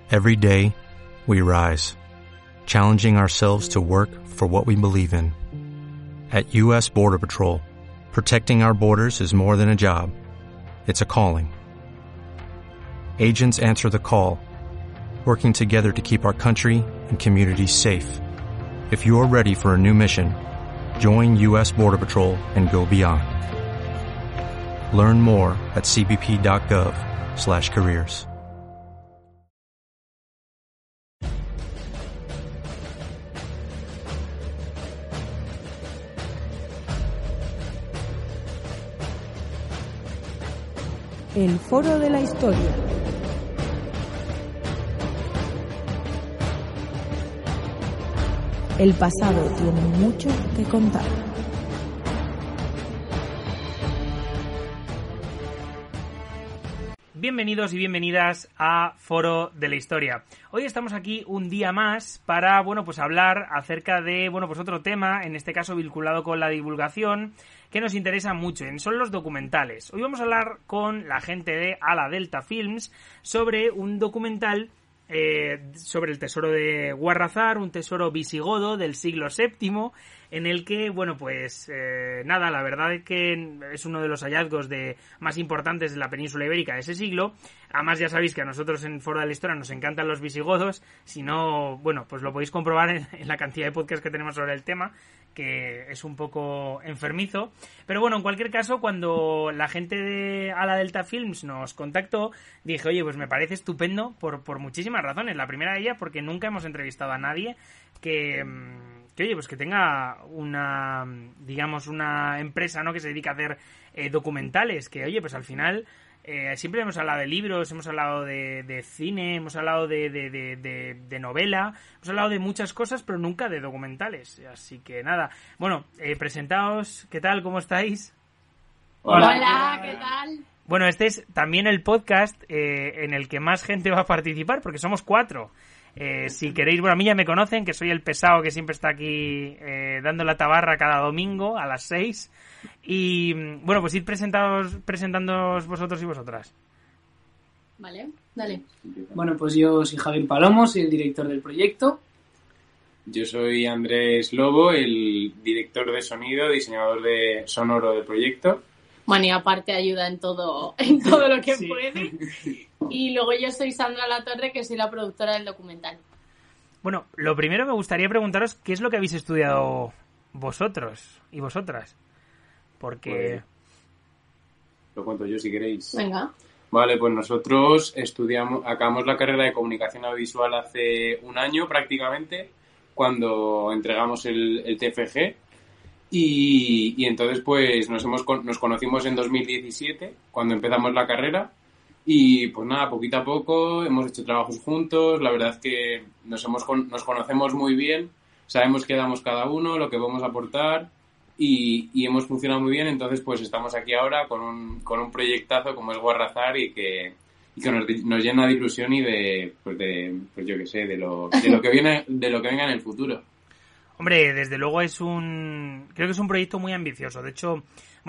Every day, we rise, challenging ourselves to work for what we believe in. At U.S. Border Patrol, protecting our borders is more than a job. It's a calling. Agents answer the call, working together to keep our country and communities safe. If you're ready for a new mission, join U.S. Border Patrol and go beyond. Learn more at cbp.gov/careers. El Foro de la Historia. El pasado tiene mucho que contar. Bienvenidos y bienvenidas a Foro de la Historia. Hoy estamos aquí un día más para, pues hablar acerca de, otro tema, en este caso vinculado con la divulgación, que nos interesa mucho, son los documentales. Hoy vamos a hablar con la gente de Ala Delta Films sobre un documental sobre el tesoro de Guarrazar, un tesoro visigodo del siglo VII, en el que, la verdad es que es uno de los hallazgos más importantes de la península ibérica de ese siglo. Además, ya sabéis que a nosotros en Foro de la Historia nos encantan los visigodos. Si no, pues lo podéis comprobar en la cantidad de podcasts que tenemos sobre el tema, que es un poco enfermizo. Pero en cualquier caso, cuando la gente de Ala Delta Films nos contactó, dije, oye, pues me parece estupendo por muchísimas razones. La primera de ellas, porque nunca hemos entrevistado a nadie que tenga una empresa, ¿no?, que se dedica a hacer documentales, que, al final siempre hemos hablado de libros, hemos hablado de cine, hemos hablado de novela, hemos hablado de muchas cosas, pero nunca de documentales. Así que nada, presentaos, ¿qué tal? ¿Cómo estáis? Hola, ¿qué tal? Bueno, este es también el podcast en el que más gente va a participar, porque somos 4. Si queréis, a mí ya me conocen, que soy el pesado que siempre está aquí dando la tabarra cada domingo a las 6. Y pues id presentándoos vosotros y vosotras. Vale, dale. Bueno, pues yo soy Javier Palomo, soy el director del proyecto. Yo soy Andrés Lobo, el director de sonido, diseñador de sonoro del proyecto. Bueno, y aparte ayuda en todo lo que Sí. puede. Y luego yo soy Sandra Latorre, que soy la productora del documental. Bueno, lo primero me gustaría preguntaros qué es lo que habéis estudiado vosotros y vosotras. Porque... Lo cuento yo si queréis. Venga. Vale, pues nosotros acabamos la carrera de comunicación audiovisual hace un año prácticamente, cuando entregamos el TFG. Y entonces pues nos conocimos en 2017, cuando empezamos la carrera. Y pues nada, poquito a poco hemos hecho trabajos juntos. La verdad es que nos conocemos muy bien, sabemos qué damos cada uno, lo que vamos a aportar y hemos funcionado muy bien. Entonces pues estamos aquí ahora con un proyectazo como es Guarrazar y que nos llena de ilusión y de lo que venga en el futuro. Hombre, desde luego creo que es un proyecto muy ambicioso. De hecho,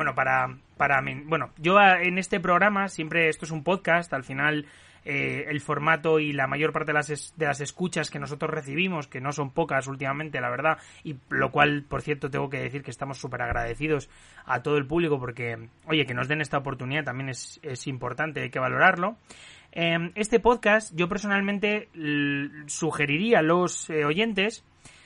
yo en este programa, siempre esto es un podcast, al final el formato y la mayor parte de las escuchas que nosotros recibimos, que no son pocas últimamente, la verdad, y lo cual, por cierto, tengo que decir que estamos súper agradecidos a todo el público porque, oye, que nos den esta oportunidad también es importante, hay que valorarlo. Este podcast, yo personalmente sugeriría a los oyentes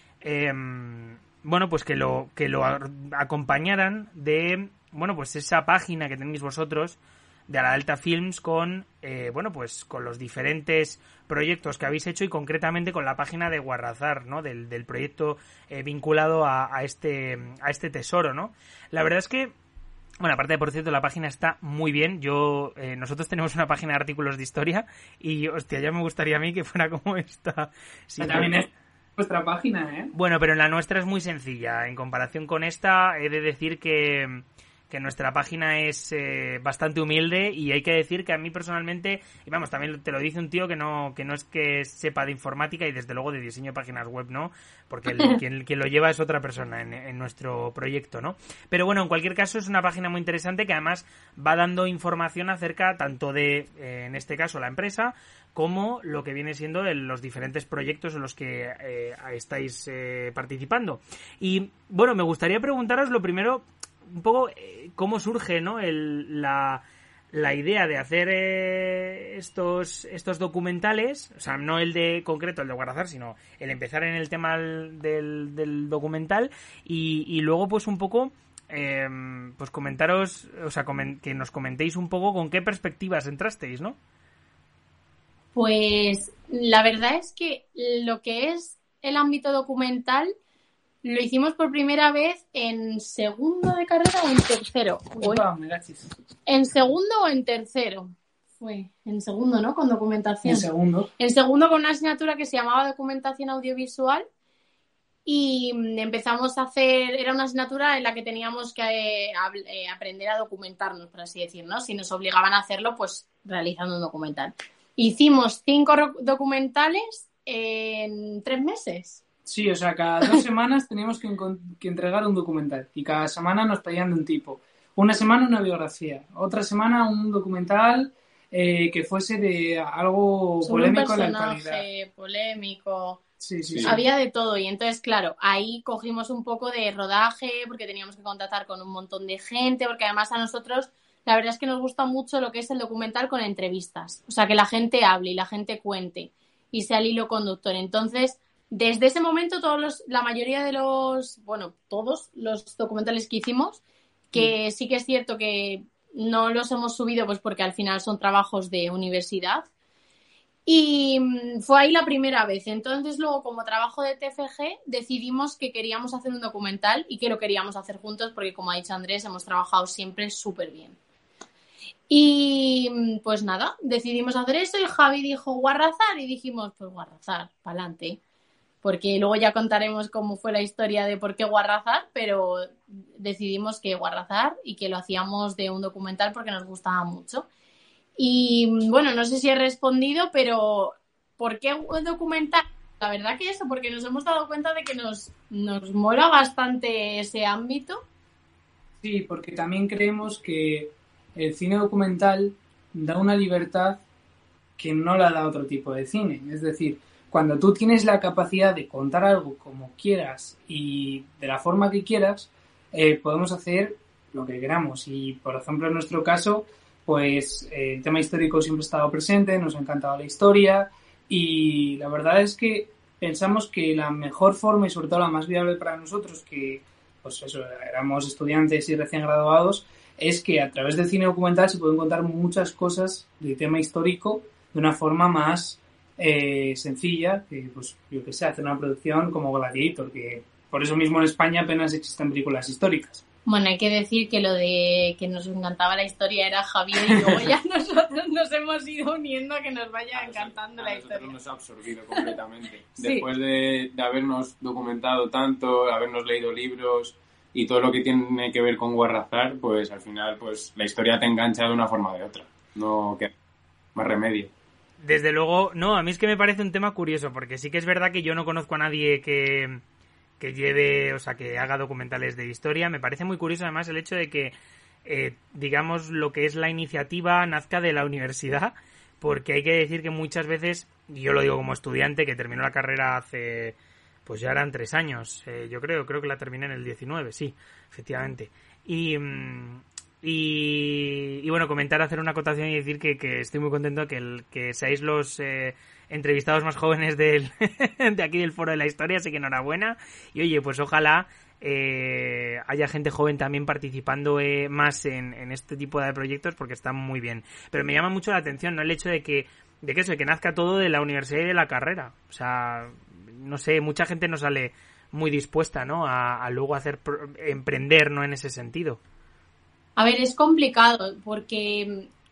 que lo acompañaran de esa página que tenéis vosotros de Ala Delta Films con con los diferentes proyectos que habéis hecho y concretamente con la página de Guarrazar, ¿no? del proyecto vinculado a este tesoro, ¿no? La verdad es que aparte de, por cierto, la página está muy bien. Nosotros tenemos una página de artículos de historia y, hostia, ya me gustaría a mí que fuera como esta. Sí, también es vuestra página, ¿eh? Bueno, pero en la nuestra es muy sencilla. En comparación con esta, he de decir que que nuestra página es bastante humilde y hay que decir que a mí personalmente, y vamos, también te lo dice un tío que no es que sepa de informática y desde luego de diseño de páginas web, ¿no? Porque quien lo lleva es otra persona en nuestro proyecto, ¿no? Pero bueno, en cualquier caso es una página muy interesante que además va dando información acerca tanto de, en este caso, la empresa, como lo que viene siendo los diferentes proyectos en los que estáis participando. Y bueno, me gustaría preguntaros lo primero, un poco cómo surge, ¿no? la idea de hacer estos documentales, o sea, no el de concreto, el de Guarrazar, sino el empezar en el tema del documental y luego pues un poco pues comentaros, o sea, que nos comentéis un poco con qué perspectivas entrasteis, ¿no? Pues la verdad es que lo que es el ámbito documental lo hicimos por primera vez en segundo de carrera o en tercero. ¿En segundo o en tercero? Fue en segundo, ¿no? Con documentación. En segundo. En segundo con una asignatura que se llamaba Documentación Audiovisual y empezamos a hacer, era una asignatura en la que teníamos que aprender a documentarnos, por así decirlo, ¿no? Si nos obligaban a hacerlo, pues realizando un documental. Hicimos 5 documentales en 3 meses. Sí, o sea, cada 2 semanas teníamos que entregar un documental y cada semana nos pedían de un tipo. Una semana una biografía, otra semana un documental que fuese de algo sobre polémico en la un actualidad. personaje polémico. Sí. Había de todo y entonces, claro, ahí cogimos un poco de rodaje porque teníamos que contactar con un montón de gente, porque además a nosotros la verdad es que nos gusta mucho lo que es el documental con entrevistas. O sea, que la gente hable y la gente cuente y sea el hilo conductor. Entonces, desde ese momento, la mayoría de todos los documentales que hicimos, que sí que es cierto que no los hemos subido pues porque al final son trabajos de universidad. Y fue ahí la primera vez. Entonces, luego, como trabajo de TFG, decidimos que queríamos hacer un documental y que lo queríamos hacer juntos porque, como ha dicho Andrés, hemos trabajado siempre súper bien. Y pues nada, decidimos hacer eso y Javi dijo Guarrazar y dijimos, pues Guarrazar, pa'lante. Porque luego ya contaremos cómo fue la historia de por qué Guarrazar, pero decidimos que Guarrazar y que lo hacíamos de un documental porque nos gustaba mucho. Y bueno, no sé si he respondido, pero ¿por qué documental? La verdad que eso, porque nos hemos dado cuenta de que nos mola bastante ese ámbito. Sí, porque también creemos que el cine documental da una libertad que no la da otro tipo de cine. Es decir, cuando tú tienes la capacidad de contar algo como quieras y de la forma que quieras, podemos hacer lo que queramos. Y, por ejemplo, en nuestro caso, pues el tema histórico siempre ha estado presente, nos ha encantado la historia y la verdad es que pensamos que la mejor forma y sobre todo la más viable para nosotros, que pues eso, éramos estudiantes y recién graduados, es que a través del cine documental se pueden contar muchas cosas del tema histórico de una forma más sencilla, que pues yo que sé, hacer una producción como Gladiator, que por eso mismo en España apenas existen películas históricas. Bueno, hay que decir que lo de que nos encantaba la historia era Javier y luego ya nosotros nos hemos ido uniendo a que nos vaya encantando la historia. Nos ha absorbido completamente. Sí. Después de habernos documentado tanto, habernos leído libros y todo lo que tiene que ver con Guarrazar, pues al final pues la historia te engancha de una forma o de otra. No queda más remedio. Desde luego, no, a mí es que me parece un tema curioso, porque sí que es verdad que yo no conozco a nadie que lleve, o sea, que haga documentales de historia. Me parece muy curioso además el hecho de que, digamos, lo que es la iniciativa nazca de la universidad, porque hay que decir que muchas veces, y yo lo digo como estudiante, que terminó la carrera hace, pues ya eran 3 años, yo creo que la terminé en el 19, sí, efectivamente. Y bueno, hacer una acotación y decir que estoy muy contento que seáis los entrevistados más jóvenes de aquí del Foro de la Historia, así que enhorabuena. Y oye, pues ojalá haya gente joven también participando más en este tipo de proyectos porque están muy bien. Pero me llama mucho la atención, ¿no? El hecho de que nazca todo de la universidad y de la carrera. O sea, no sé, mucha gente no sale muy dispuesta, ¿no? A luego emprender, ¿no? En ese sentido. A ver, es complicado porque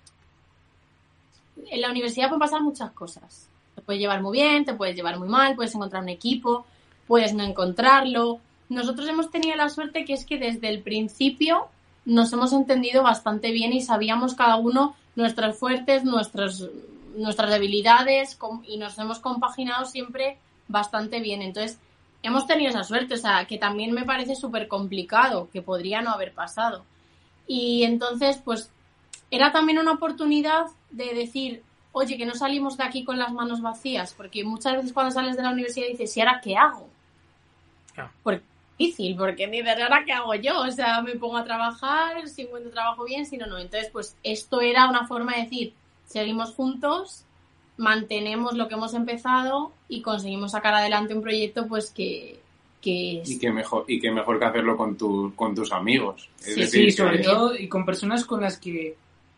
en la universidad pueden pasar muchas cosas. Te puedes llevar muy bien, te puedes llevar muy mal, puedes encontrar un equipo, puedes no encontrarlo. Nosotros hemos tenido la suerte que es que desde el principio nos hemos entendido bastante bien y sabíamos cada uno nuestros fuertes, nuestras debilidades y nos hemos compaginado siempre bastante bien. Entonces, hemos tenido esa suerte, o sea, que también me parece súper complicado, que podría no haber pasado. Y entonces, pues, era también una oportunidad de decir, oye, que no salimos de aquí con las manos vacías, porque muchas veces cuando sales de la universidad dices, ¿y ahora qué hago? Porque es difícil, porque dices, ¿ahora qué hago yo? O sea, me pongo a trabajar, si encuentro trabajo bien, si no, no. Entonces, pues, esto era una forma de decir, seguimos juntos, mantenemos lo que hemos empezado y conseguimos sacar adelante un proyecto, pues, que y qué mejor que hacerlo con tus amigos. Es sí, decir, sobre todo, y con personas con las que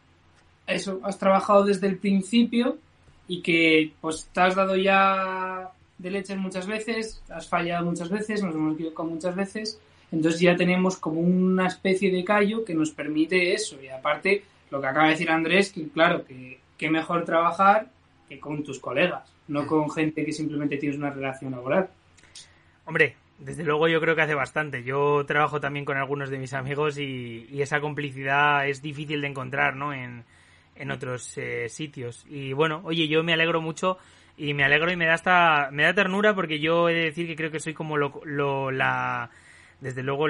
has trabajado desde el principio y que pues te has dado ya de leches muchas veces, has fallado muchas veces, nos hemos equivocado muchas veces, entonces ya tenemos como una especie de callo que nos permite eso. Y aparte, lo que acaba de decir Andrés, que claro, que mejor trabajar que con tus colegas, no con gente que simplemente tienes una relación laboral. Hombre, desde luego yo creo que hace bastante. Yo trabajo también con algunos de mis amigos y esa complicidad es difícil de encontrar, ¿no? En otros sitios. Y bueno, oye, yo me alegro mucho y me alegro y me da ternura, porque yo he de decir que creo que soy como desde luego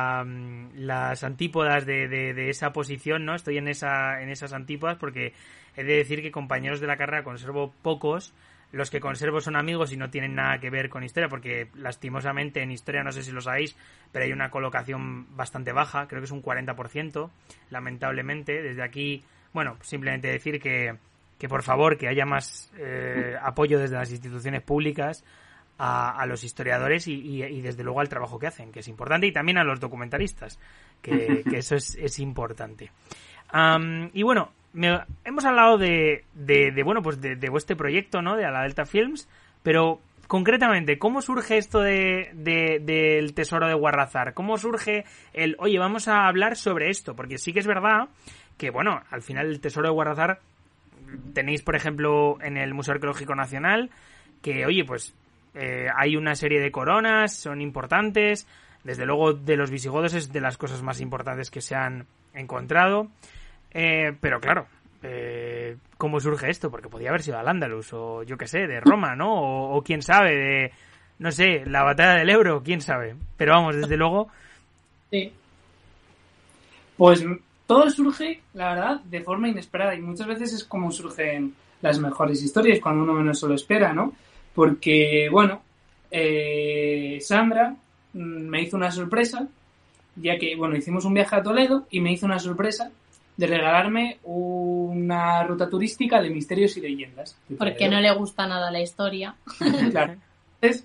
las antípodas de esa posición, ¿no? Estoy en esas antípodas, porque he de decir que compañeros de la carrera conservo pocos. Los que conservo son amigos y no tienen nada que ver con historia, porque lastimosamente en historia, no sé si lo sabéis, pero hay una colocación bastante baja, creo que es un 40%, lamentablemente. Desde aquí, bueno, simplemente decir que por favor, que haya más apoyo desde las instituciones públicas a los historiadores y desde luego al trabajo que hacen, que es importante, y también a los documentalistas, que eso es importante. Y bueno, hemos hablado de vuestro proyecto, ¿no? De A la Delta Films, pero concretamente, ¿cómo surge esto del Tesoro de Guarrazar? ¿Cómo surge oye, vamos a hablar sobre esto? Porque sí que es verdad que, bueno, al final el Tesoro de Guarrazar tenéis, por ejemplo, en el Museo Arqueológico Nacional, que, oye, pues hay una serie de coronas, son importantes. Desde luego, de los visigodos es de las cosas más importantes que se han encontrado. Pero claro, ¿cómo surge esto? Porque podía haber sido Al-Ándalus, o yo qué sé, de Roma, ¿no? O quién sabe, no sé, la batalla del Ebro, quién sabe. Pero vamos, desde luego. Sí. Pues todo surge, la verdad, de forma inesperada, y muchas veces es como surgen las mejores historias, cuando uno menos se lo espera, ¿no? Porque, bueno, Sandra me hizo una sorpresa, ya que, bueno, hicimos un viaje a Toledo y me hizo una sorpresa de regalarme una ruta turística de misterios y leyendas. Porque no le gusta nada la historia. Claro. Entonces,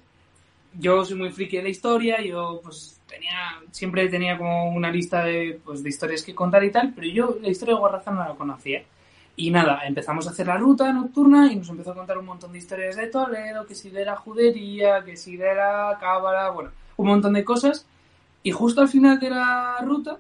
yo soy muy friki de la historia, yo pues siempre tenía como una lista de historias que contar y tal, pero yo la historia de Guarrazar no la conocía. Y nada, empezamos a hacer la ruta nocturna y nos empezó a contar un montón de historias de Toledo, que si de la judería, que si de la cábala, bueno, un montón de cosas. Y justo al final de la ruta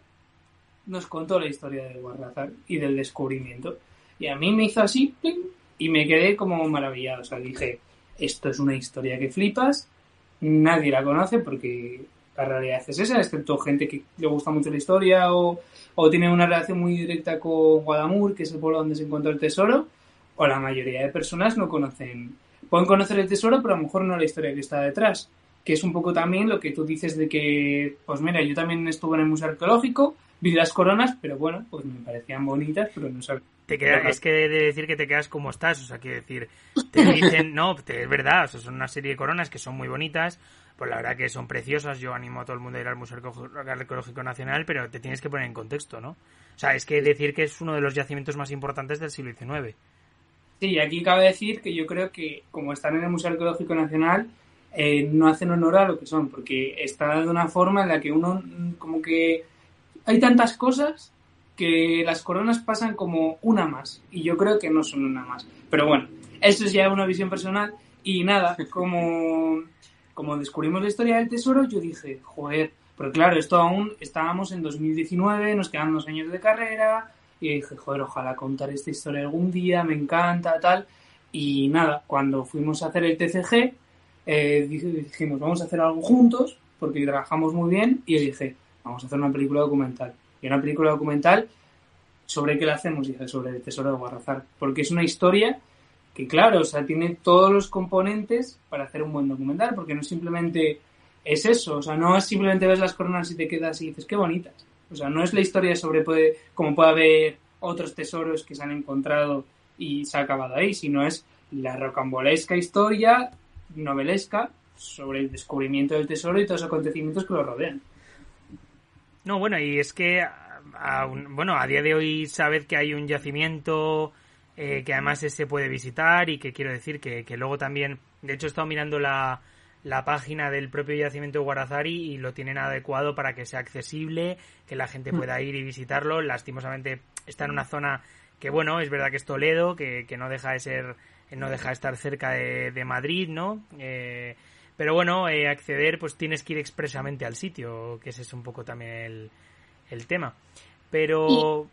nos contó la historia de Guarrazar y del descubrimiento. Y a mí me hizo así, ¡pling! Y me quedé como maravillado. O sea, dije, esto es una historia que flipas, nadie la conoce, porque la realidad es esa, excepto gente que le gusta mucho la historia o tiene una relación muy directa con Guadamur, que es el pueblo donde se encontró el tesoro, o la mayoría de personas no conocen. Pueden conocer el tesoro, pero a lo mejor no la historia que está detrás. Que es un poco también lo que tú dices de que, pues mira, yo también estuve en el Museo Arqueológico, vi las coronas, pero bueno, pues me parecían bonitas, pero no sabía. Es que he de decir que te quedas como estás, o sea, quiero decir, te dicen, no, es verdad, o sea, son una serie de coronas que son muy bonitas, pues la verdad que son preciosas, yo animo a todo el mundo a ir al Museo Arqueológico Nacional, pero te tienes que poner en contexto, ¿no? O sea, es que decir que es uno de los yacimientos más importantes del siglo XIX. Sí, y aquí cabe decir que yo creo que, como están en el Museo Arqueológico Nacional, no hacen honor a lo que son, porque está de una forma en la que uno, como que hay tantas cosas que las coronas pasan como una más, y yo creo que no son una más. Pero bueno, eso es ya una visión personal, y nada, como descubrimos la historia del tesoro, yo dije, joder, pero claro, esto aún estábamos en 2019, nos quedan 2 años de carrera, y dije, joder, ojalá contar esta historia algún día, me encanta, tal. Y nada, cuando fuimos a hacer el TCG, dijimos, vamos a hacer algo juntos, porque trabajamos muy bien, y yo dije, vamos a hacer una película documental. y una película documental, ¿sobre qué la hacemos? Dice, sobre el tesoro de Guarrazar, porque es una historia que, claro, o sea, tiene todos los componentes para hacer un buen documental, porque no simplemente es eso, o sea, no es simplemente ves las coronas y te quedas y dices, qué bonitas. O sea, no es la historia sobre cómo puede haber otros tesoros que se han encontrado y se ha acabado ahí, sino es la rocambolesca historia novelesca sobre el descubrimiento del tesoro y todos los acontecimientos que lo rodean. No, bueno, y es que a día de hoy sabed que hay un yacimiento que además se puede visitar y que quiero decir que luego también, de hecho he estado mirando la página del propio yacimiento de Guarrazari y lo tienen adecuado para que sea accesible, que la gente pueda ir y visitarlo. Lastimosamente está en una zona que, bueno, es verdad que es Toledo, que no deja de estar cerca de Madrid, ¿no? Pero bueno, acceder, pues tienes que ir expresamente al sitio, que ese es un poco también el tema. Pero...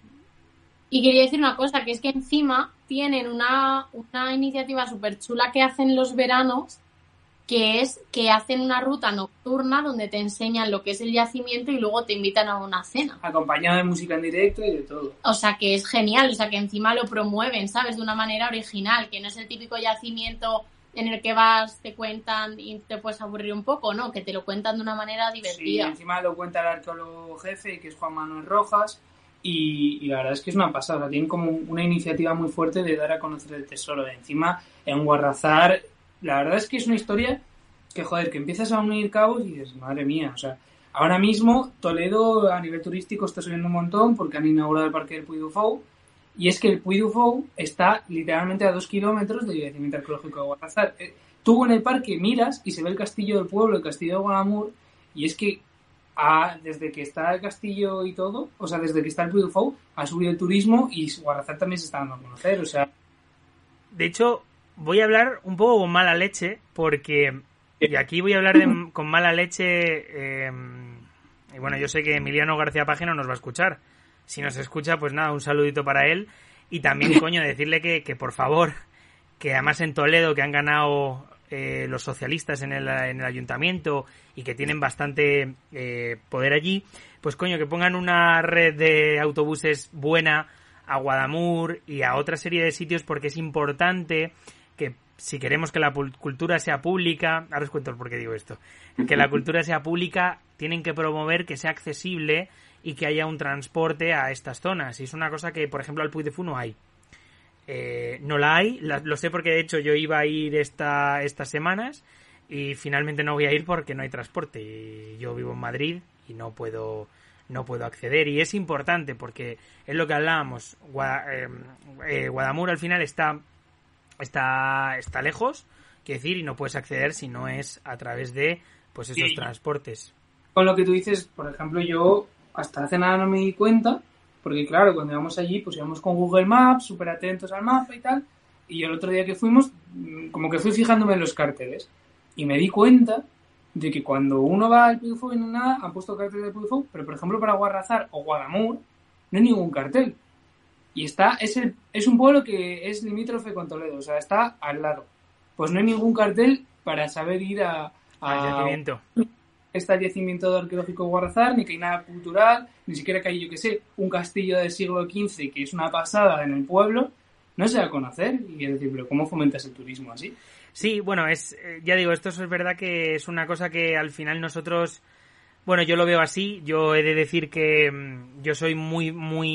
Y quería decir una cosa, que es que encima tienen una iniciativa súper chula que hacen los veranos, que es que hacen una ruta nocturna donde te enseñan lo que es el yacimiento y luego te invitan a una cena. Acompañado de música en directo y de todo. O sea, que es genial, o sea, que encima lo promueven, ¿sabes? De una manera original, que no es el típico yacimiento en el que vas, te cuentan y te puedes aburrir un poco, ¿no? Que te lo cuentan de una manera divertida. Sí, encima lo cuenta el arqueólogo jefe, que es Juan Manuel Rojas, y la verdad es que es una pasada. Tienen como una iniciativa muy fuerte de dar a conocer el tesoro. Encima, en Guarrazar, la verdad es que es una historia que, joder, que empiezas a unir cabos y dices, madre mía, o sea, ahora mismo Toledo a nivel turístico está subiendo un montón porque han inaugurado el parque del Puy du Fou, y es que el Puy du Fou está literalmente a 2 kilómetros del yacimiento arqueológico de Guarrazar. Tú en el parque miras y se ve el castillo del pueblo, el castillo de Guadamur, y es que desde que está el castillo y todo, o sea, desde que está el Puy du Fou, ha subido el turismo y Guarrazar también se está dando a conocer, o sea... De hecho, voy a hablar un poco con mala leche, porque... Y aquí voy a hablar con mala leche, y bueno, yo sé que Emiliano García Página nos va a escuchar. Si nos escucha, pues nada, un saludito para él. Y también, coño, decirle que por favor, que además en Toledo, que han ganado los socialistas en el ayuntamiento y que tienen bastante poder allí, pues coño, que pongan una red de autobuses buena a Guadamur y a otra serie de sitios, porque es importante que si queremos que la cultura sea pública, ahora os cuento el por qué digo esto, que la cultura sea pública, tienen que promover que sea accesible y que haya un transporte a estas zonas. Y es una cosa que, por ejemplo, al Puy de Fou no hay. No la hay, lo sé porque de hecho yo iba a ir estas semanas y finalmente no voy a ir porque no hay transporte. Y yo vivo en Madrid y no puedo acceder, y es importante porque es lo que hablábamos. Guadamur al final está lejos, quiero decir, y no puedes acceder si no es a través de pues esos transportes. Con lo que tú dices, por ejemplo, yo hasta hace nada no me di cuenta, porque claro, cuando íbamos allí, pues íbamos con Google Maps, súper atentos al mapa y tal, y el otro día que fuimos, como que fui fijándome en los carteles, y me di cuenta de que cuando uno va al Puy du Fou y no nada, han puesto carteles de Puy du Fou, pero por ejemplo para Guarrazar o Guadamur no hay ningún cartel. Y es un pueblo que es limítrofe con Toledo, o sea, está al lado. Pues no hay ningún cartel para saber ir al yacimiento. Está el yacimiento arqueológico de Guarrazar, ni que hay nada cultural, ni siquiera que hay, yo que sé, un castillo del siglo XV que es una pasada en el pueblo, no se va a conocer. Y es decir, pero ¿cómo fomentas el turismo así? Sí, bueno, ya digo, esto es verdad que es una cosa que al final nosotros, bueno, yo lo veo así. Yo he de decir que yo soy muy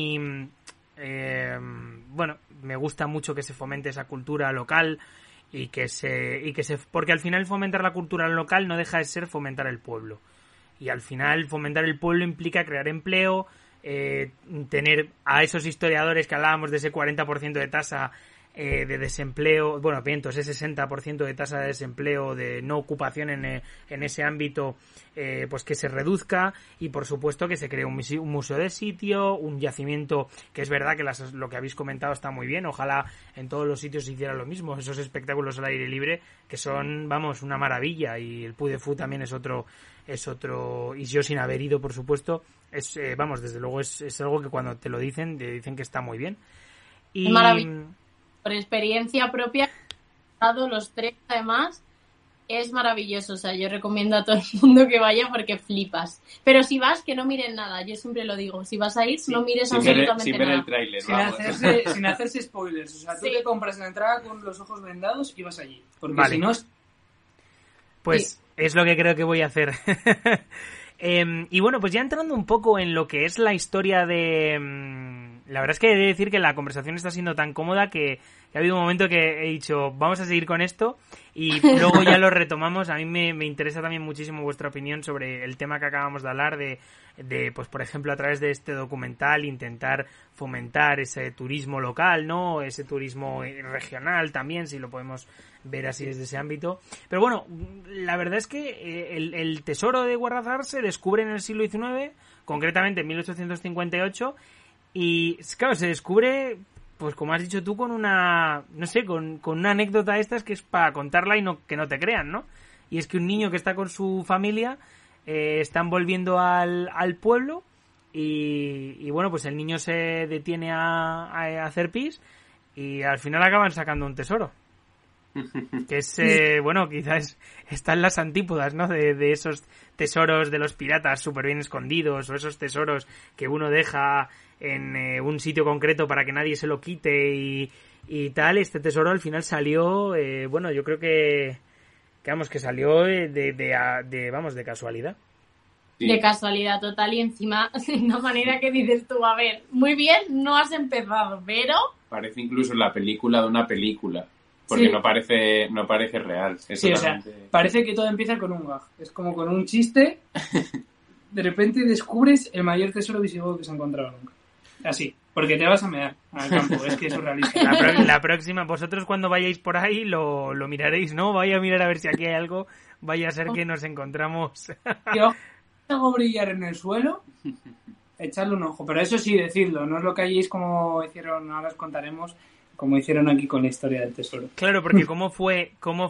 bueno, me gusta mucho que se fomente esa cultura local y que porque al final fomentar la cultura local no deja de ser fomentar el pueblo, y al final fomentar el pueblo implica crear empleo, tener a esos historiadores que hablábamos de ese 40% de tasa de desempleo, bueno, vientos, ese 60% de tasa de desempleo, de no ocupación en ese ámbito, pues que se reduzca, y por supuesto que se cree un museo de sitio, un yacimiento, que es verdad que lo que habéis comentado está muy bien, ojalá en todos los sitios se hiciera lo mismo, esos espectáculos al aire libre que son, vamos, una maravilla, y el Puy de Fou también es otro, y yo sin haber ido, por supuesto, vamos, desde luego es algo que cuando te lo dicen, te dicen que está muy bien. Y maravilla. Por experiencia propia, he estado los 3 además, Es maravilloso, o sea, yo recomiendo a todo el mundo que vaya porque flipas. Pero si vas, que no miren nada, yo siempre lo digo. Si vas a ir, no mires absolutamente sin ver nada. el tráiler, Sin hacerse spoilers. O sea, tú te compras la entrada con los ojos vendados y vas allí. Porque Vale. si no... Pues es lo que creo que voy a hacer. Y bueno, pues ya entrando un poco en lo que es la historia de... La verdad es que he de decir que la conversación está siendo tan cómoda que ha habido un momento que he dicho, vamos a seguir con esto y luego ya lo retomamos. A mí me interesa también muchísimo vuestra opinión sobre el tema que acabamos de hablar de pues por ejemplo, a través de este documental intentar fomentar ese turismo local, ¿no? Ese turismo regional también, si lo podemos ver así desde ese ámbito. Pero bueno, la verdad es que el tesoro de Guadalajara se descubre en el siglo XIX, concretamente en 1858, y claro, se descubre, pues como has dicho tú, con una, no sé, con una anécdota de estas que es para contarla y que no te crean, ¿no? Y es que un niño que está con su familia están volviendo al pueblo y bueno, pues el niño se detiene a hacer pis y al final acaban sacando un tesoro. Que es, bueno, quizás están las antípodas, ¿no? De esos tesoros de los piratas súper bien escondidos o esos tesoros que uno deja en un sitio concreto para que nadie se lo quite y tal. Este tesoro al final salió, bueno, yo creo que vamos, que salió de casualidad. Sí. De casualidad total y encima de una manera que dices tú, a ver, muy bien, no has empezado, pero... Parece incluso la película de una película. Porque Sí. no parece real. Es Sí, o sea, totalmente- parece que todo empieza con un gag. Es como con un chiste. De repente descubres el mayor tesoro visigodo que se ha encontrado nunca. Así, porque te vas a mear al campo. Es que es surrealista. La próxima, vosotros cuando vayáis por ahí lo miraréis, ¿no? Vaya a mirar a ver si aquí hay algo, vaya a ser que nos encontramos. Yo hago brillar en el suelo, echarle un ojo. Pero eso sí, decidlo. No es lo que halléis como hicieron, ahora os contaremos, como hicieron aquí con la historia del tesoro. Claro, porque ¿cómo fue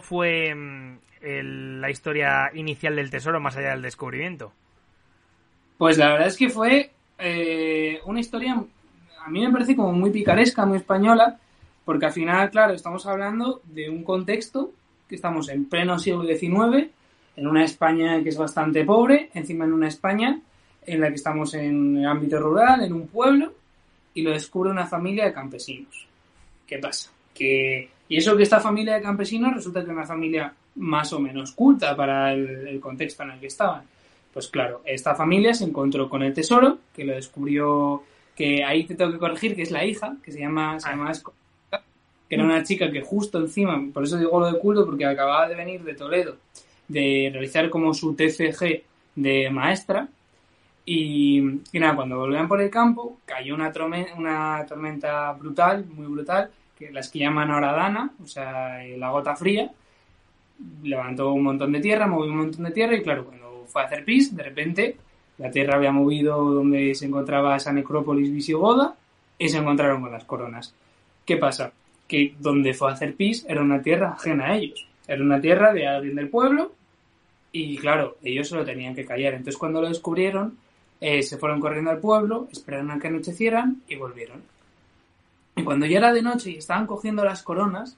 la historia inicial del tesoro más allá del descubrimiento? Pues la verdad es que fue una historia, a mí me parece como muy picaresca, muy española, porque al final, claro, estamos hablando de un contexto que estamos en pleno siglo XIX, en una España que es bastante pobre, encima en una España en la que estamos en el ámbito rural, en un pueblo, y lo descubre una familia de campesinos. ¿Qué pasa? Y eso que esta familia de campesinos resulta que es una familia más o menos culta para el contexto en el que estaban. Pues claro, esta familia se encontró con el tesoro, que lo descubrió, que ahí te tengo que corregir, que es la hija, que se llama Escolta, que era una chica que justo encima, por eso digo lo de culto, porque acababa de venir de Toledo, de realizar como su TFG de maestra, y nada, cuando volvían por el campo, cayó una tormenta brutal, muy brutal, que las que llaman ahora Dana, o sea, la gota fría, levantó un montón de tierra, movió un montón de tierra, y claro, cuando fue a hacer pis, de repente la tierra había movido donde se encontraba esa necrópolis visigoda y se encontraron con las coronas. ¿Qué pasa? Que donde fue a hacer pis era una tierra ajena a ellos, era una tierra de alguien del pueblo y claro, ellos se lo tenían que callar. Entonces cuando lo descubrieron, se fueron corriendo al pueblo, esperaron a que anochecieran y volvieron. Y cuando ya era de noche y estaban cogiendo las coronas,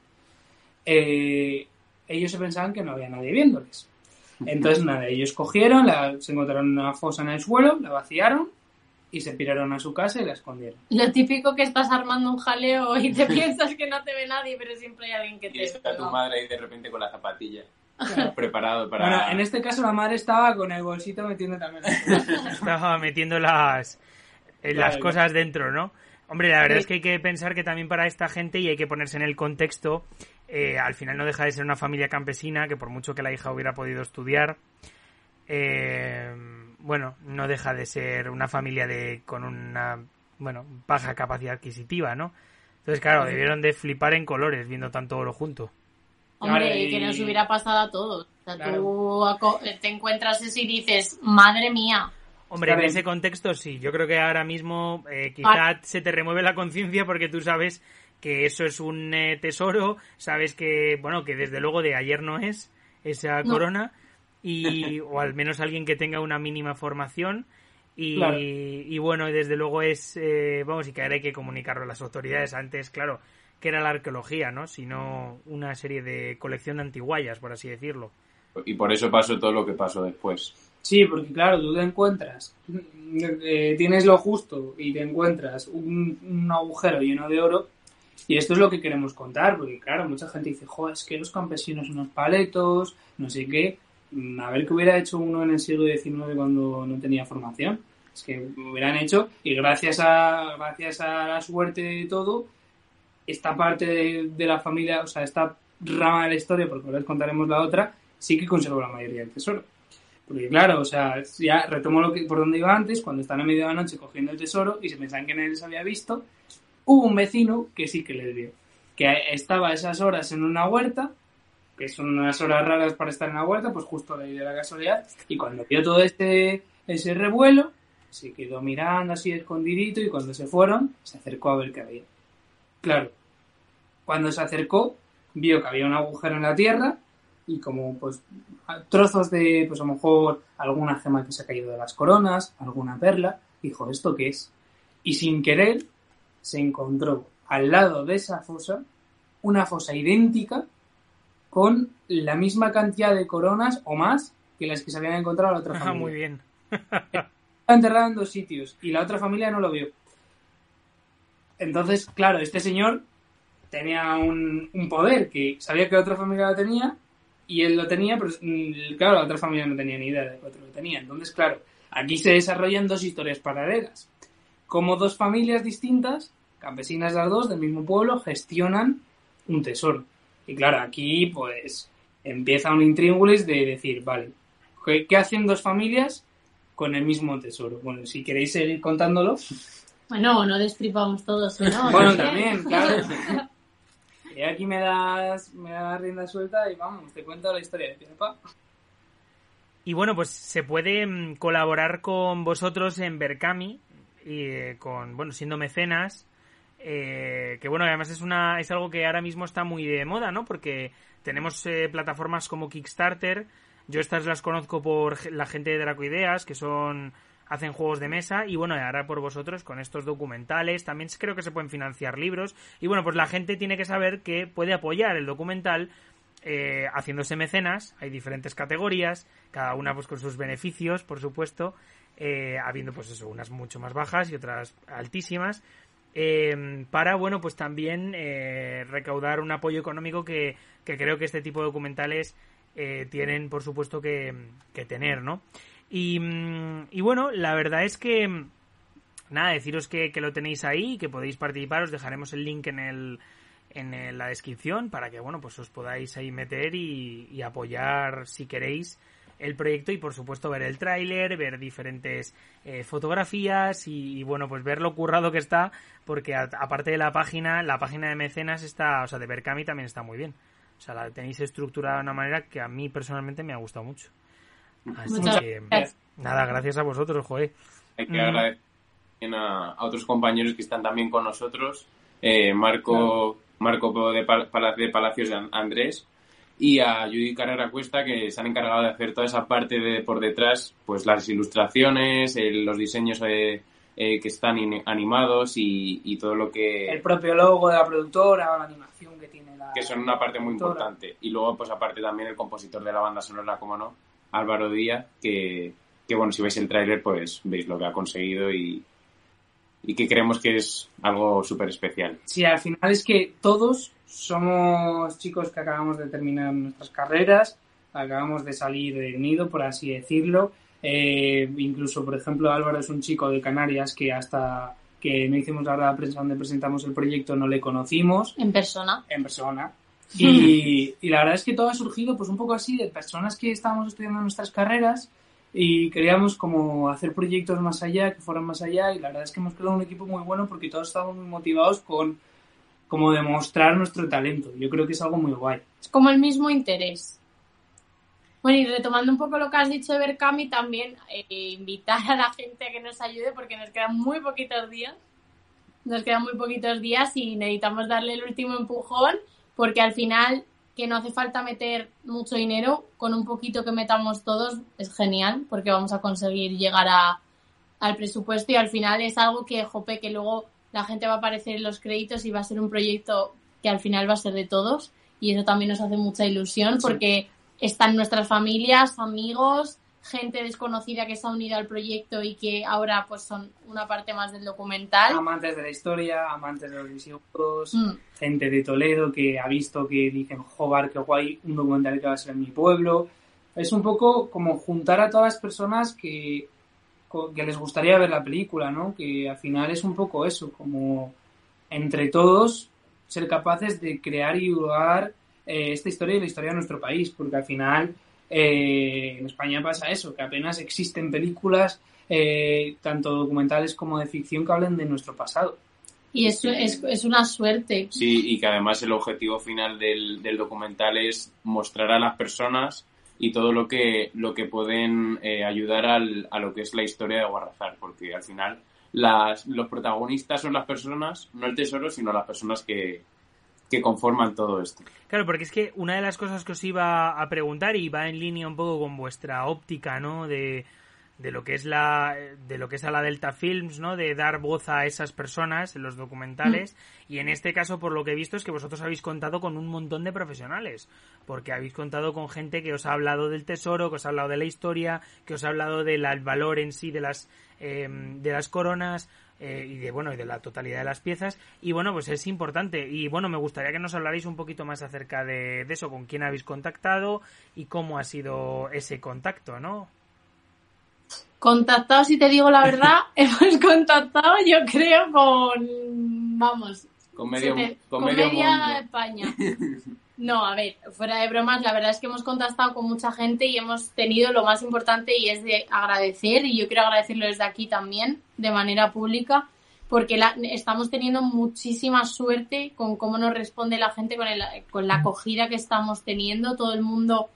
ellos se pensaban que no había nadie viéndoles. Entonces, nada, ellos cogieron, se encontraron una fosa en el suelo, la vaciaron y se piraron a su casa y la escondieron. Lo típico que estás armando un jaleo y te piensas que no te ve nadie, pero siempre hay alguien que Y te está ve. tu ¿no? madre ahí de repente con la zapatilla. Preparado para... Bueno, en este caso la madre estaba con el bolsito metiendo también las coronas. Estaba metiendo las Claro. cosas dentro, ¿no? Hombre, la verdad es que hay que pensar que también para esta gente, y hay que ponerse en el contexto, al final no deja de ser una familia campesina, que por mucho que la hija hubiera podido estudiar, bueno, no deja de ser una familia con una, bueno, baja capacidad adquisitiva, ¿no? Entonces, claro, debieron de flipar en colores viendo tanto oro junto. Hombre, Claro, y que nos hubiera pasado a todos. O sea, Claro. tú te encuentras eso y dices, madre mía. Hombre, en Claro. ese contexto sí, yo creo que ahora mismo quizá se te remueve la conciencia porque tú sabes que eso es un tesoro, sabes que, bueno, que desde luego de ayer no es esa No. corona, o al menos alguien que tenga una mínima formación, y, Claro. y bueno, desde luego es, vamos, y que ahora hay que comunicarlo a las autoridades antes, claro, que era la arqueología, ¿no? Sino una serie de colección de antiguallas, por así decirlo. Y por eso pasó todo lo que pasó después. Sí, porque claro, tú te encuentras, tienes lo justo y te encuentras un agujero lleno de oro, y esto es lo que queremos contar, porque claro, mucha gente dice, joder, es que los campesinos son unos paletos, no sé qué. A ver qué hubiera hecho uno en el siglo XIX cuando no tenía formación. Es que hubieran hecho, y gracias a la suerte de todo, esta parte de la familia, o sea, esta rama de la historia, porque ahora les contaremos la otra, sí que conservó la mayoría del tesoro. Porque claro, o sea, ya retomo por donde iba antes, cuando están a medio de la noche cogiendo el tesoro y se pensaban que nadie les había visto, hubo un vecino que sí que les vio, que estaba a esas horas en una huerta, que son unas horas raras para estar en la huerta, pues justo de la casualidad, y cuando vio todo ese revuelo, se quedó mirando así escondidito, y cuando se fueron, se acercó a ver qué había. Claro, cuando se acercó, vio que había un agujero en la tierra, y como pues trozos de, pues a lo mejor alguna gema que se ha caído de las coronas, alguna perla, dijo, ¿esto qué es? Y sin querer se encontró al lado de esa fosa una fosa idéntica con la misma cantidad de coronas o más que las que se habían encontrado la otra familia. Muy bien. Estaba enterrado en 2 sitios y la otra familia no lo vio. Entonces, claro, este señor tenía un poder que sabía que la otra familia lo tenía y él lo tenía, pero claro, la otra familia no tenía ni idea de que otro lo tenía. Entonces, claro, aquí se desarrollan 2 historias paralelas. Como 2 familias distintas, campesinas las 2, del mismo pueblo, gestionan un tesoro. Y claro, aquí pues empieza un intríngulis de decir, vale, ¿qué hacen 2 familias con el mismo tesoro? Bueno, si queréis seguir contándolo. Bueno, no destripamos todos, ¿no? Bueno, también, claro. Y aquí me das rienda suelta y vamos, te cuento la historia de Pierpa. Y bueno, pues se puede colaborar con vosotros en Berkami, y siendo mecenas, que bueno, además es algo que ahora mismo está muy de moda, ¿no? Porque tenemos plataformas como Kickstarter. Yo estas las conozco por la gente de Dracoideas, que hacen juegos de mesa, y bueno, ahora por vosotros con estos documentales también creo que se pueden financiar libros, y bueno, pues la gente tiene que saber que puede apoyar el documental haciéndose mecenas. Hay diferentes categorías, cada una pues con sus beneficios, por supuesto, habiendo pues eso, unas mucho más bajas y otras altísimas, para bueno, pues también recaudar un apoyo económico que creo que este tipo de documentales tienen por supuesto que tener, ¿no? Y bueno, la verdad es que nada, deciros que lo tenéis ahí, que podéis participar. Os dejaremos el link en la descripción para que bueno, pues os podáis ahí meter y apoyar si queréis el proyecto, y por supuesto ver el tráiler, ver diferentes fotografías y bueno, pues ver lo currado que está, porque aparte de la página de mecenas está, o sea, de Berkami también está muy bien. O sea, la tenéis estructurada de una manera que a mí personalmente me ha gustado mucho. Así que, nada, gracias a vosotros, joder. Hay que agradecer a otros compañeros que están también con nosotros, Marco de Palacios de Andrés, y a Judy Carrera Cuesta, que se han encargado de hacer toda esa parte de por detrás, pues las ilustraciones, los diseños que están animados y todo lo que... El propio logo de la productora, la animación que tiene la... Que son una parte muy importante. Y luego, pues aparte también el compositor de la banda sonora, como no, Álvaro Díaz, que bueno, si veis el tráiler, pues veis lo que ha conseguido y que creemos que es algo súper especial. Sí, al final es que todos somos chicos que acabamos de terminar nuestras carreras, acabamos de salir del nido, por así decirlo. Incluso, por ejemplo, Álvaro es un chico de Canarias que hasta que no hicimos la rueda de prensa donde presentamos el proyecto no le conocimos. En persona. Y la verdad es que todo ha surgido pues un poco así de personas que estábamos estudiando nuestras carreras y queríamos como hacer proyectos más allá, que fueran más allá, y la verdad es que hemos creado un equipo muy bueno porque todos estábamos muy motivados con como demostrar nuestro talento. Yo creo que es algo muy guay. Es como el mismo interés. Bueno, y retomando un poco lo que has dicho de Berkami, también invitar a la gente a que nos ayude porque nos quedan muy poquitos días. Y necesitamos darle el último empujón, porque al final, que no hace falta meter mucho dinero, con un poquito que metamos todos es genial, porque vamos a conseguir llegar al presupuesto, y al final es algo que luego la gente va a aparecer en los créditos y va a ser un proyecto que al final va a ser de todos, y eso también nos hace mucha ilusión porque están nuestras familias, amigos, gente desconocida que se ha unido al proyecto y que ahora pues son una parte más del documental. Amantes de la historia, amantes de los visigodos, gente de Toledo que ha visto, que dicen, joder, qué guay, un documental que va a ser en mi pueblo. Es un poco como juntar a todas las personas que les gustaría ver la película, ¿no? Que al final es un poco eso, como entre todos ser capaces de crear y divulgar esta historia y la historia de nuestro país, porque al final en España pasa eso, que apenas existen películas tanto documentales como de ficción que hablen de nuestro pasado. Y eso es una suerte. Sí, y que además el objetivo final del documental es mostrar a las personas y todo lo que pueden ayudar a lo que es la historia de Guarrazar, porque al final los protagonistas son las personas, no el tesoro, sino las personas que conforman todo esto. Claro, porque es que una de las cosas que os iba a preguntar y va en línea un poco con vuestra óptica, ¿no? De lo que es a la Delta Films, ¿no? De dar voz a esas personas en los documentales. Y en este caso, por lo que he visto, es que vosotros habéis contado con un montón de profesionales, porque habéis contado con gente que os ha hablado del tesoro, que os ha hablado de la historia, que os ha hablado del valor en sí de las coronas, y de la totalidad de las piezas, y bueno, pues es importante. Y bueno, me gustaría que nos hablarais un poquito más acerca de eso, con quién habéis contactado y cómo ha sido ese contacto, ¿no? Contactado, si te digo la verdad, hemos contactado, yo creo, con media España. No, a ver, fuera de bromas, la verdad es que hemos contactado con mucha gente y hemos tenido lo más importante, y es de agradecer, y yo quiero agradecerlo desde aquí también, de manera pública, porque estamos teniendo muchísima suerte con cómo nos responde la gente, con la acogida que estamos teniendo. Todo el mundo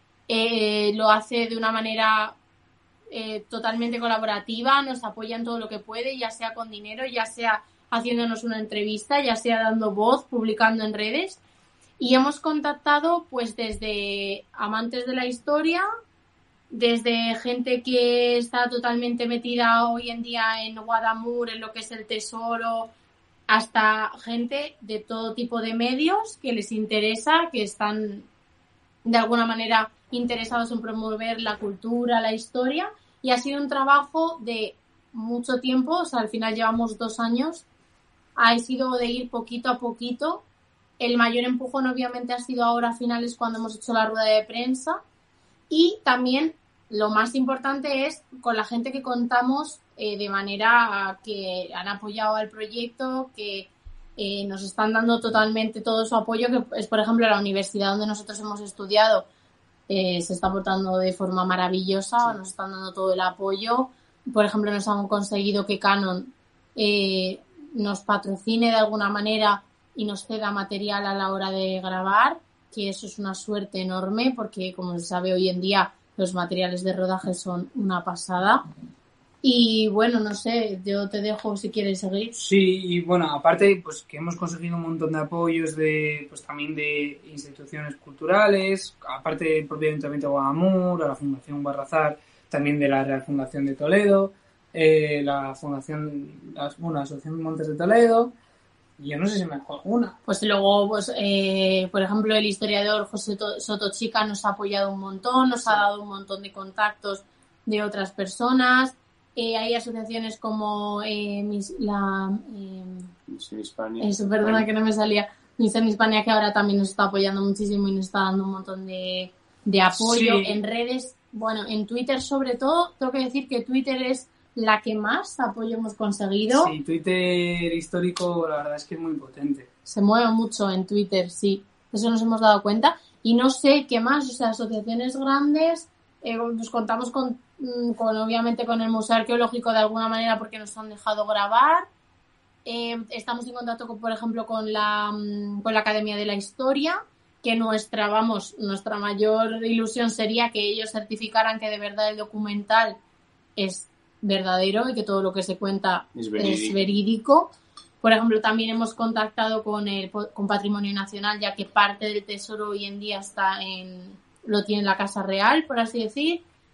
lo hace de una manera totalmente colaborativa, nos apoya en todo lo que puede, ya sea con dinero, ya sea haciéndonos una entrevista, ya sea dando voz, publicando en redes. Y hemos contactado pues desde amantes de la historia, desde gente que está totalmente metida hoy en día en Guadamur, en lo que es el tesoro, hasta gente de todo tipo de medios que les interesa, que están de alguna manera interesados en promover la cultura, la historia. Y ha sido un trabajo de mucho tiempo, o sea, al final llevamos 2 años, ha sido de ir poquito a poquito. El mayor empujón obviamente ha sido ahora a finales, cuando hemos hecho la rueda de prensa, y también lo más importante es con la gente que contamos, de manera que han apoyado al proyecto, que nos están dando totalmente todo su apoyo, que es por ejemplo la universidad donde nosotros hemos estudiado, se está portando de forma maravillosa, nos están dando todo el apoyo. Por ejemplo, nos han conseguido que Canon nos patrocine de alguna manera y nos ceda material a la hora de grabar, que eso es una suerte enorme, porque como se sabe hoy en día los materiales de rodaje son una pasada. Y bueno, no sé, yo te dejo si quieres seguir. Sí, y bueno, aparte pues que hemos conseguido un montón de apoyos también de instituciones culturales, aparte del propio Ayuntamiento de Guadamur, a la Fundación Guarrazar, también de la Real Fundación de Toledo, la Asociación Montes de Toledo. Yo no sé si me dejo alguna. Pues luego, por ejemplo, el historiador José Sotochica nos ha apoyado un montón, nos ha dado un montón de contactos de otras personas. Hay asociaciones como Misión Hispania. Eso, perdona que no me salía. Misión Hispania, que ahora también nos está apoyando muchísimo y nos está dando un montón de apoyo. Sí. En redes, bueno, en Twitter sobre todo, tengo que decir que Twitter es la que más apoyo hemos conseguido. Sí, Twitter histórico, la verdad es que es muy potente. Se mueve mucho en Twitter, sí. Eso nos hemos dado cuenta. Y no sé qué más, o sea, asociaciones grandes, pues contamos con obviamente con el Museo Arqueológico de alguna manera, porque nos han dejado grabar. Estamos en contacto por ejemplo con la Academia de la Historia, que nuestra mayor ilusión sería que ellos certificaran que de verdad el documental es verdadero y que todo lo que se cuenta es verídico. Por ejemplo, también hemos contactado con Patrimonio Nacional, ya que parte del tesoro hoy en día lo tiene la Casa Real, por así decir.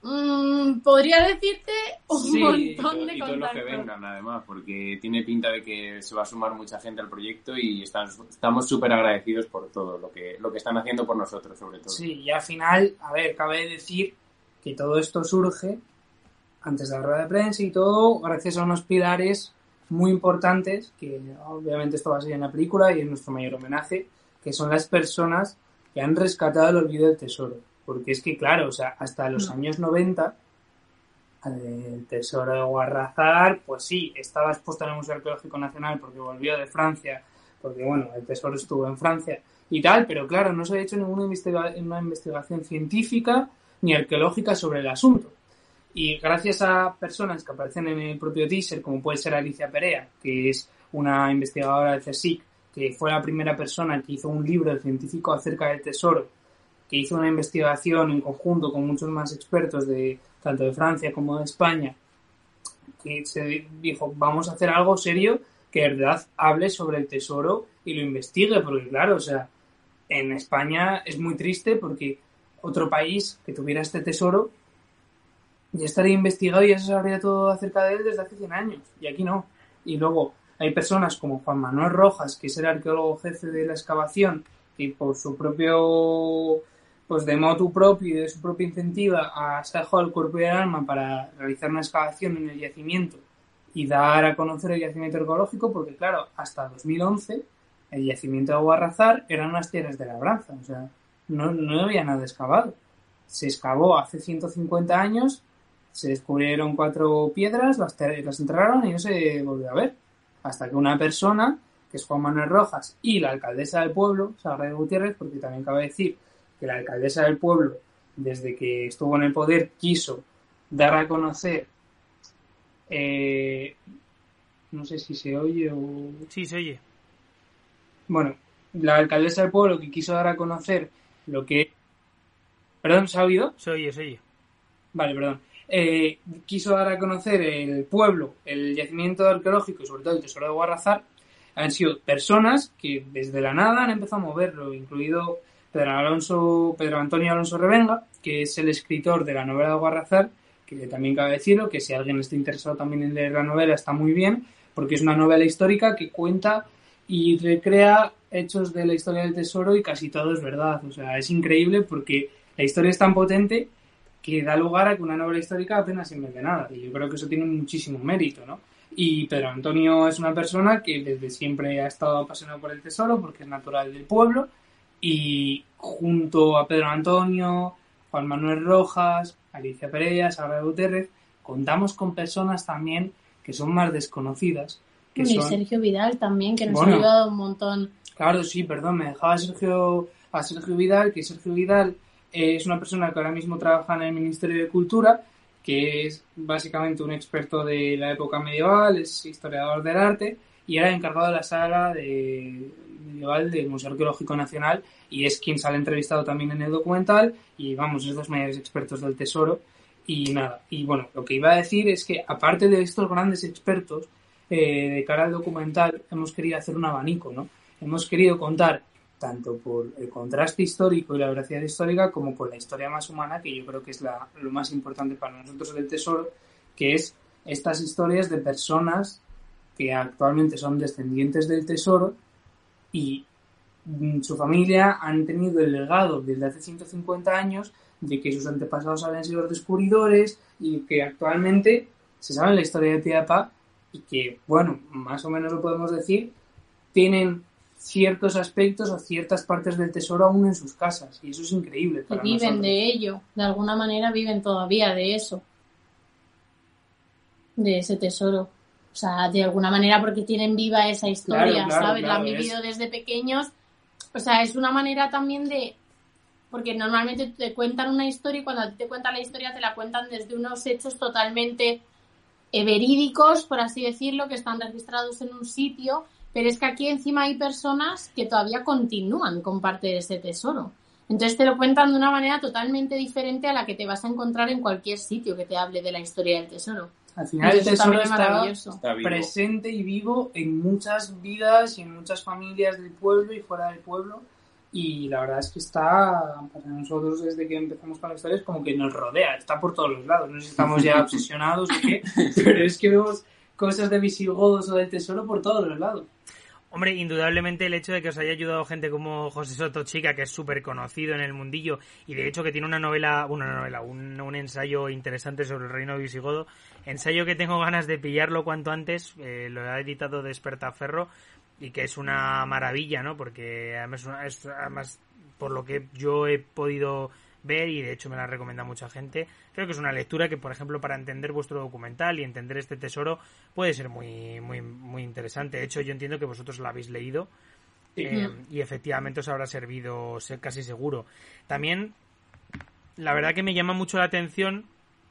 Podría decirte un Sí, montón Y de todo lo que contactos. vengan, además, porque tiene pinta de que se va a sumar mucha gente al proyecto y estamos súper agradecidos por todo lo que están haciendo por nosotros, sobre todo. Sí, y al final, a ver, cabe decir que todo esto surge antes de la rueda de prensa y todo gracias a unos pilares muy importantes, que obviamente esto va a ser en la película y es nuestro mayor homenaje, que son las personas que han rescatado el olvido del tesoro. Porque es que, claro, o sea, hasta los años 90, el tesoro de Guarrazar, pues sí, estaba expuesto en el Museo Arqueológico Nacional porque volvió de Francia, porque, bueno, el tesoro estuvo en Francia y tal, pero claro, no se ha hecho ninguna investigación científica ni arqueológica sobre el asunto. Y gracias a personas que aparecen en el propio teaser, como puede ser Alicia Perea, que es una investigadora del CSIC, que fue la primera persona que hizo un libro científico acerca del tesoro, que hizo una investigación en conjunto con muchos más expertos de tanto de Francia como de España, que se dijo, vamos a hacer algo serio que de verdad hable sobre el tesoro y lo investigue, porque claro, o sea, en España es muy triste porque otro país que tuviera este tesoro ya estaría investigado y ya se sabría todo acerca de él desde hace 100 años, y aquí no. Y luego hay personas como Juan Manuel Rojas, que es el arqueólogo jefe de la excavación, que por su propio, pues de motu propio y de su propia incentiva, se ha dejado el cuerpo y el alma para realizar una excavación en el yacimiento y dar a conocer el yacimiento arqueológico, porque claro, hasta 2011 el yacimiento de Guarrazar eran unas tierras de labranza, o sea, no había nada excavado. Se excavó hace 150 años, se descubrieron 4 piedras, las enterraron y no se volvió a ver. Hasta que una persona, que es Juan Manuel Rojas, y la alcaldesa del pueblo, Sagrario Gutiérrez, porque también cabe decir que la alcaldesa del pueblo, desde que estuvo en el poder, quiso dar a conocer, no sé si se oye o... Sí, se oye. Bueno, la alcaldesa del pueblo que quiso dar a conocer lo que... ¿Perdón, se ha oído? Se oye. Vale, perdón. Quiso dar a conocer el pueblo, el yacimiento arqueológico y sobre todo el tesoro de Guarrazar. Han sido personas que desde la nada han empezado a moverlo, incluido Pedro Antonio Alonso Revenga, que es el escritor de la novela de Guarrazar, que también cabe decirlo, que si alguien está interesado también en leer la novela está muy bien, porque es una novela histórica que cuenta y recrea hechos de la historia del tesoro y casi todo es verdad. O sea, es increíble porque la historia es tan potente que da lugar a que una novela histórica apenas se invente nada. Y yo creo que eso tiene muchísimo mérito, ¿no? Y Pedro Antonio es una persona que desde siempre ha estado apasionado por el tesoro porque es natural del pueblo, y junto a Pedro Antonio, Juan Manuel Rojas, Alicia Perea, Sagrario Gutiérrez, contamos con personas también que son más desconocidas. Que Y son... Sergio Vidal también, que nos Bueno, ha ayudado un montón. Claro, sí, perdón, me dejaba a Sergio Vidal, que Sergio Vidal es una persona que ahora mismo trabaja en el Ministerio de Cultura, que es básicamente un experto de la época medieval, es historiador del arte y era encargado de la sala medieval del Museo Arqueológico Nacional, y es quien sale entrevistado también en el documental, y vamos, es de los mayores expertos del tesoro. Y nada, y bueno, lo que iba a decir es que aparte de estos grandes expertos, de cara al documental hemos querido hacer un abanico, ¿no? Hemos querido contar tanto por el contraste histórico y la veracidad histórica como por la historia más humana, que yo creo que es lo más importante para nosotros del tesoro, que es estas historias de personas que actualmente son descendientes del tesoro y su familia han tenido el legado desde hace 150 años de que sus antepasados habían sido los descubridores y que actualmente se sabe la historia de Tiapa y que, bueno, más o menos lo podemos decir, tienen ciertos aspectos o ciertas partes del tesoro aún en sus casas, y eso es increíble para Que viven nosotros. de ello, de alguna manera viven todavía de eso, de ese tesoro. O sea, de alguna manera porque tienen viva esa historia, Claro, ¿sabes? La han es- vivido desde pequeños. O sea, es una manera también de... Porque normalmente te cuentan una historia y cuando a ti te cuentan la historia te la cuentan desde unos hechos totalmente verídicos, por así decirlo, que están registrados en un sitio, pero es que aquí encima hay personas que todavía continúan con parte de ese tesoro. Entonces te lo cuentan de una manera totalmente diferente a la que te vas a encontrar en cualquier sitio que te hable de la historia del tesoro. Al final el Eso tesoro también es está maravilloso. Está vivo. presente y vivo en muchas vidas y en muchas familias del pueblo y fuera del pueblo, y la verdad es que está, para nosotros desde que empezamos con la historia es como que nos rodea, está por todos los lados, no sé si estamos ya obsesionados o qué, pero es que vemos cosas de visigodos o del tesoro por todos los lados. Hombre, indudablemente el hecho de que os haya ayudado gente como José Soto Chica, que es súper conocido en el mundillo, y de hecho que tiene un ensayo interesante sobre el reino visigodo, ensayo que tengo ganas de pillarlo cuanto antes, lo ha editado Despertaferro, y que es una maravilla, ¿no? Porque además, por lo que yo he podido ver, y de hecho me la recomienda mucha gente, creo que es una lectura que, por ejemplo, para entender vuestro documental y entender este tesoro puede ser muy, muy, muy interesante. De hecho, yo entiendo que vosotros la habéis leído y efectivamente os habrá servido, casi seguro. También, la verdad que me llama mucho la atención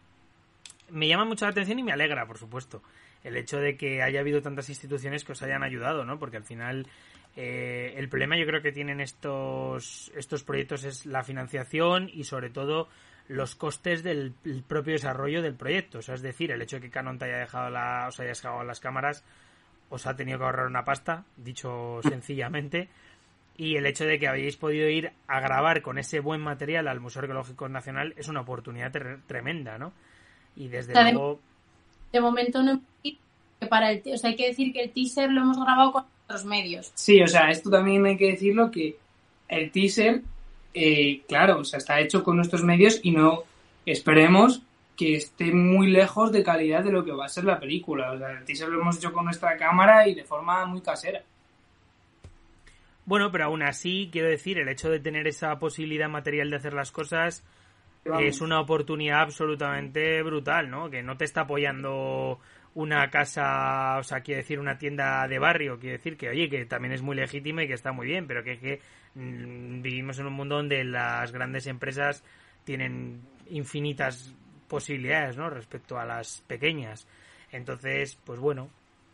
y me alegra, por supuesto, el hecho de que haya habido tantas instituciones que os hayan ayudado, ¿no? Porque al final el problema yo creo que tienen estos proyectos es la financiación y sobre todo los costes del propio desarrollo del proyecto. O sea, es decir, el hecho de que Canon te haya os haya dejado las cámaras os ha tenido que ahorrar una pasta, dicho sencillamente, y el hecho de que habéis podido ir a grabar con ese buen material al Museo Arqueológico Nacional es una oportunidad tremenda, ¿no? Y desde luego... De momento no hay que decir que el teaser lo hemos grabado con otros medios. Sí, o sea, esto también hay que decirlo, que el teaser, claro, o sea, está hecho con nuestros medios y no esperemos que esté muy lejos de calidad de lo que va a ser la película. O sea, el teaser lo hemos hecho con nuestra cámara y de forma muy casera. Bueno, pero aún así, quiero decir, el hecho de tener esa posibilidad material de hacer las cosas es una oportunidad absolutamente brutal, ¿no? Que no te está apoyando una casa, o sea, quiero decir, una tienda de barrio, quiero decir que, oye, que también es muy legítima y que está muy bien, pero que vivimos en un mundo donde las grandes empresas tienen infinitas posibilidades, ¿no? Respecto a las pequeñas. Entonces, pues bueno.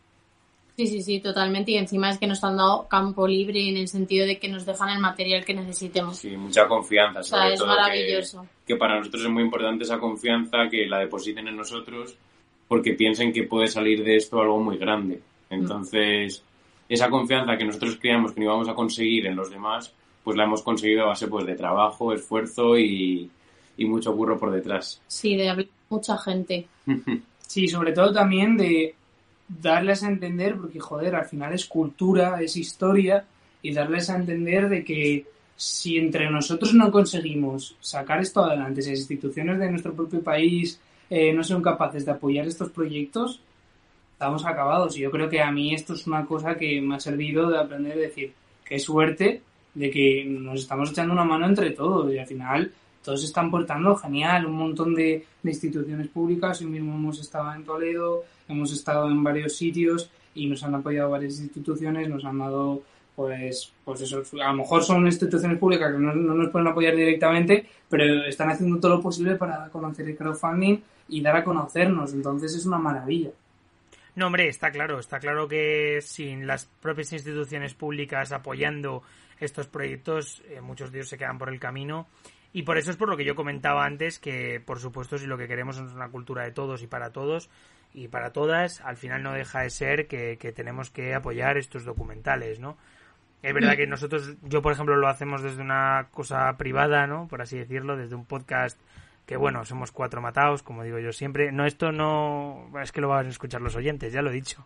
Sí, totalmente. Y encima es que nos han dado campo libre en el sentido de que nos dejan el material que necesitemos. Sí, mucha confianza. Sobre o sea, es todo maravilloso. Que para nosotros es muy importante esa confianza, que la depositen en nosotros, porque piensen que puede salir de esto algo muy grande. Entonces, esa confianza que nosotros creíamos que no íbamos a conseguir en los demás, pues la hemos conseguido a base pues de trabajo, esfuerzo y mucho curro por detrás. Sí, de hablar con mucha gente. Sí, sobre todo también de darles a entender, porque joder, al final es cultura, es historia, y darles a entender de que si entre nosotros no conseguimos sacar esto adelante, si las instituciones de nuestro propio país no son capaces de apoyar estos proyectos, estamos acabados. Y yo creo que a mí esto es una cosa que me ha servido de aprender a decir, qué suerte de que nos estamos echando una mano entre todos, y al final todos se están portando genial, un montón de instituciones públicas. Hoy mismo hemos estado en Toledo, hemos estado en varios sitios y nos han apoyado varias instituciones, nos han dado, pues eso, a lo mejor son instituciones públicas que no nos pueden apoyar directamente, pero están haciendo todo lo posible para conocer el crowdfunding y dar a conocernos, entonces es una maravilla. No, hombre, está claro que sin las propias instituciones públicas apoyando estos proyectos, muchos de ellos se quedan por el camino. Y por eso es por lo que yo comentaba antes que, por supuesto, si lo que queremos es una cultura de todos y para todas, al final no deja de ser que tenemos que apoyar estos documentales, ¿no? Es verdad que yo por ejemplo lo hacemos desde una cosa privada, ¿no? Por así decirlo, desde un podcast que, bueno, somos 4 mataos, como digo yo siempre. No, esto no... Es que lo van a escuchar los oyentes, ya lo he dicho.